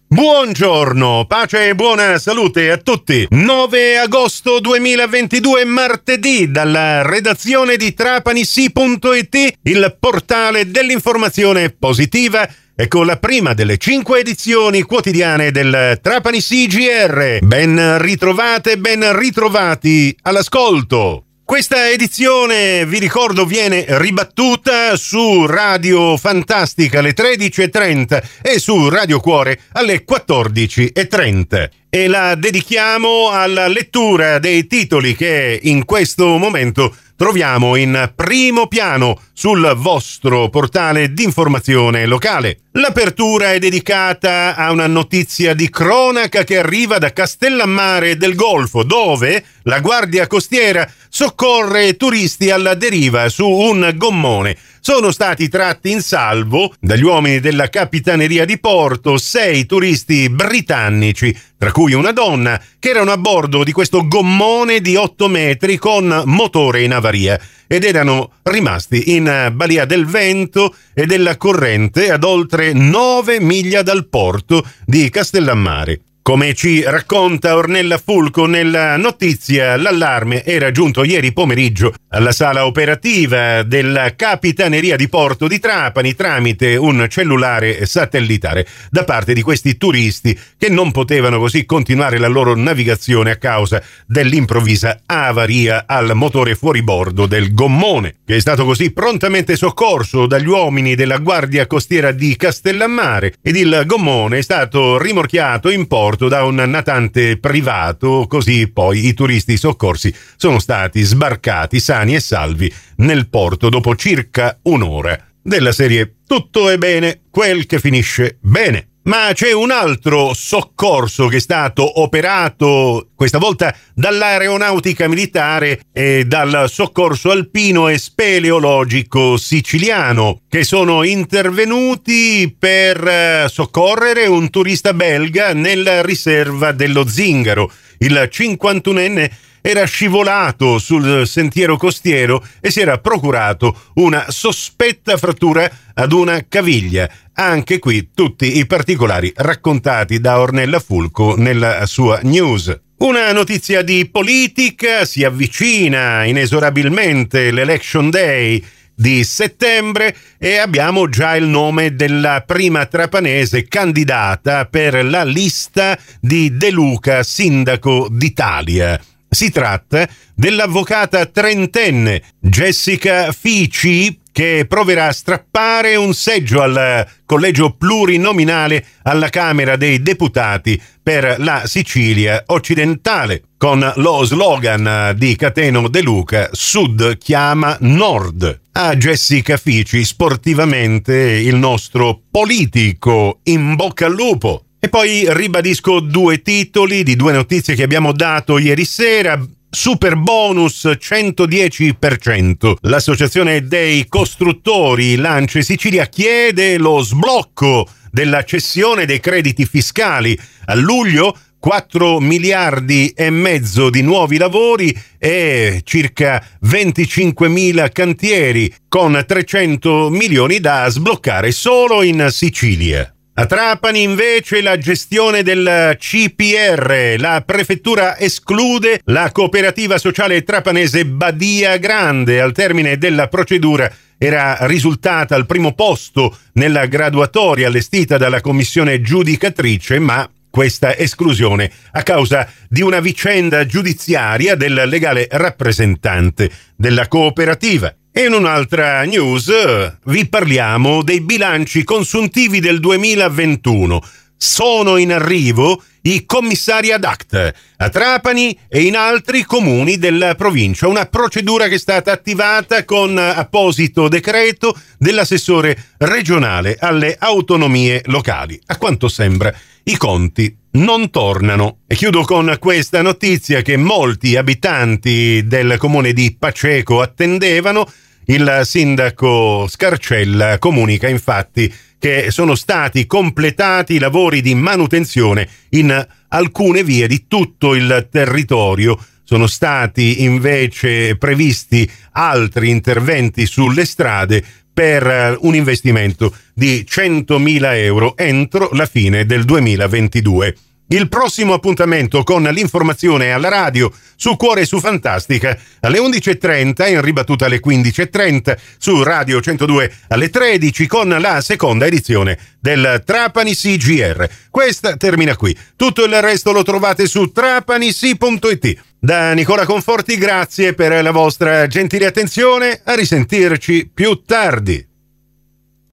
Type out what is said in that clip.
Buongiorno, pace e buona salute a tutti. 9 agosto 2022, martedì, dalla redazione di TrapaniSì.it, il portale dell'informazione positiva, ecco la prima delle 5 edizioni quotidiane del Trapani GR. Ben ritrovate, ben ritrovati all'ascolto. Questa edizione, vi ricordo, viene ribattuta su Radio Fantastica alle 13.30 e su Radio Cuore alle 14.30. E la dedichiamo alla lettura dei titoli che in questo momento troviamo in primo piano sul vostro portale d'informazione locale. L'apertura è dedicata a una notizia di cronaca che arriva da Castellammare del Golfo, dove la Guardia Costiera soccorre turisti alla deriva su un gommone. Sono stati tratti in salvo dagli uomini della Capitaneria di Porto 6 turisti britannici, tra cui una donna, che erano a bordo di questo gommone di 8 metri con motore in avaria ed erano rimasti in balia del vento e della corrente ad oltre 9 miglia dal porto di Castellammare. Come ci racconta Ornella Fulco nella notizia, l'allarme era giunto ieri pomeriggio alla sala operativa della Capitaneria di Porto di Trapani tramite un cellulare satellitare da parte di questi turisti che non potevano così continuare la loro navigazione a causa dell'improvvisa avaria al motore fuoribordo del gommone, che è stato così prontamente soccorso dagli uomini della Guardia Costiera di Castellammare, ed il gommone è stato rimorchiato in porto da un natante privato, così poi i turisti soccorsi sono stati sbarcati sani e salvi nel porto dopo circa un'ora. Della serie tutto è bene quel che finisce bene. Ma c'è un altro soccorso che è stato operato questa volta dall'aeronautica militare e dal soccorso alpino e speleologico siciliano, che sono intervenuti per soccorrere un turista belga nella riserva dello Zingaro. Il 51enne era scivolato sul sentiero costiero e si era procurato una sospetta frattura ad una caviglia. Anche qui tutti i particolari raccontati da Ornella Fulco nella sua news. Una notizia di politica: si avvicina inesorabilmente l'Election Day di settembre e abbiamo già il nome della prima trapanese candidata per la lista di De Luca sindaco d'Italia. Si tratta dell'avvocata trentenne Jessica Fici, che proverà a strappare un seggio al collegio plurinominale alla Camera dei Deputati per la Sicilia occidentale, con lo slogan di Cateno De Luca: Sud chiama Nord. A Jessica Fici sportivamente il nostro politico in bocca al lupo. E poi ribadisco 2 titoli di 2 notizie che abbiamo dato ieri sera. Super bonus 110%. L'associazione dei costruttori Lance Sicilia chiede lo sblocco della cessione dei crediti fiscali. A luglio 4 miliardi e mezzo di nuovi lavori e circa 25.000 cantieri, con 300 milioni da sbloccare solo in Sicilia. A Trapani invece la gestione del CPR, la prefettura esclude la cooperativa sociale trapanese Badia Grande. Al termine della procedura era risultata al primo posto nella graduatoria allestita dalla commissione giudicatrice, ma questa esclusione a causa di una vicenda giudiziaria del legale rappresentante della cooperativa. E in un'altra news vi parliamo dei bilanci consuntivi del 2021. Sono in arrivo i commissari ad acta a Trapani e in altri comuni della provincia, una procedura che è stata attivata con apposito decreto dell'assessore regionale alle autonomie locali. A quanto sembra i conti non tornano. E chiudo con questa notizia che molti abitanti del comune di Paceco attendevano. Il sindaco Scarcella comunica infatti che sono stati completati i lavori di manutenzione in alcune vie di tutto il territorio. Sono stati invece previsti altri interventi sulle strade per un investimento di 100.000 euro entro la fine del 2022. Il prossimo appuntamento con l'informazione alla radio su Cuore su Fantastica alle 11.30, in ribattuta alle 15.30, su Radio 102 alle 13 con la seconda edizione del Trapani CGR. Questa termina qui. Tutto il resto lo trovate su trapanisi.it. Da Nicola Conforti grazie per la vostra gentile attenzione, a risentirci più tardi.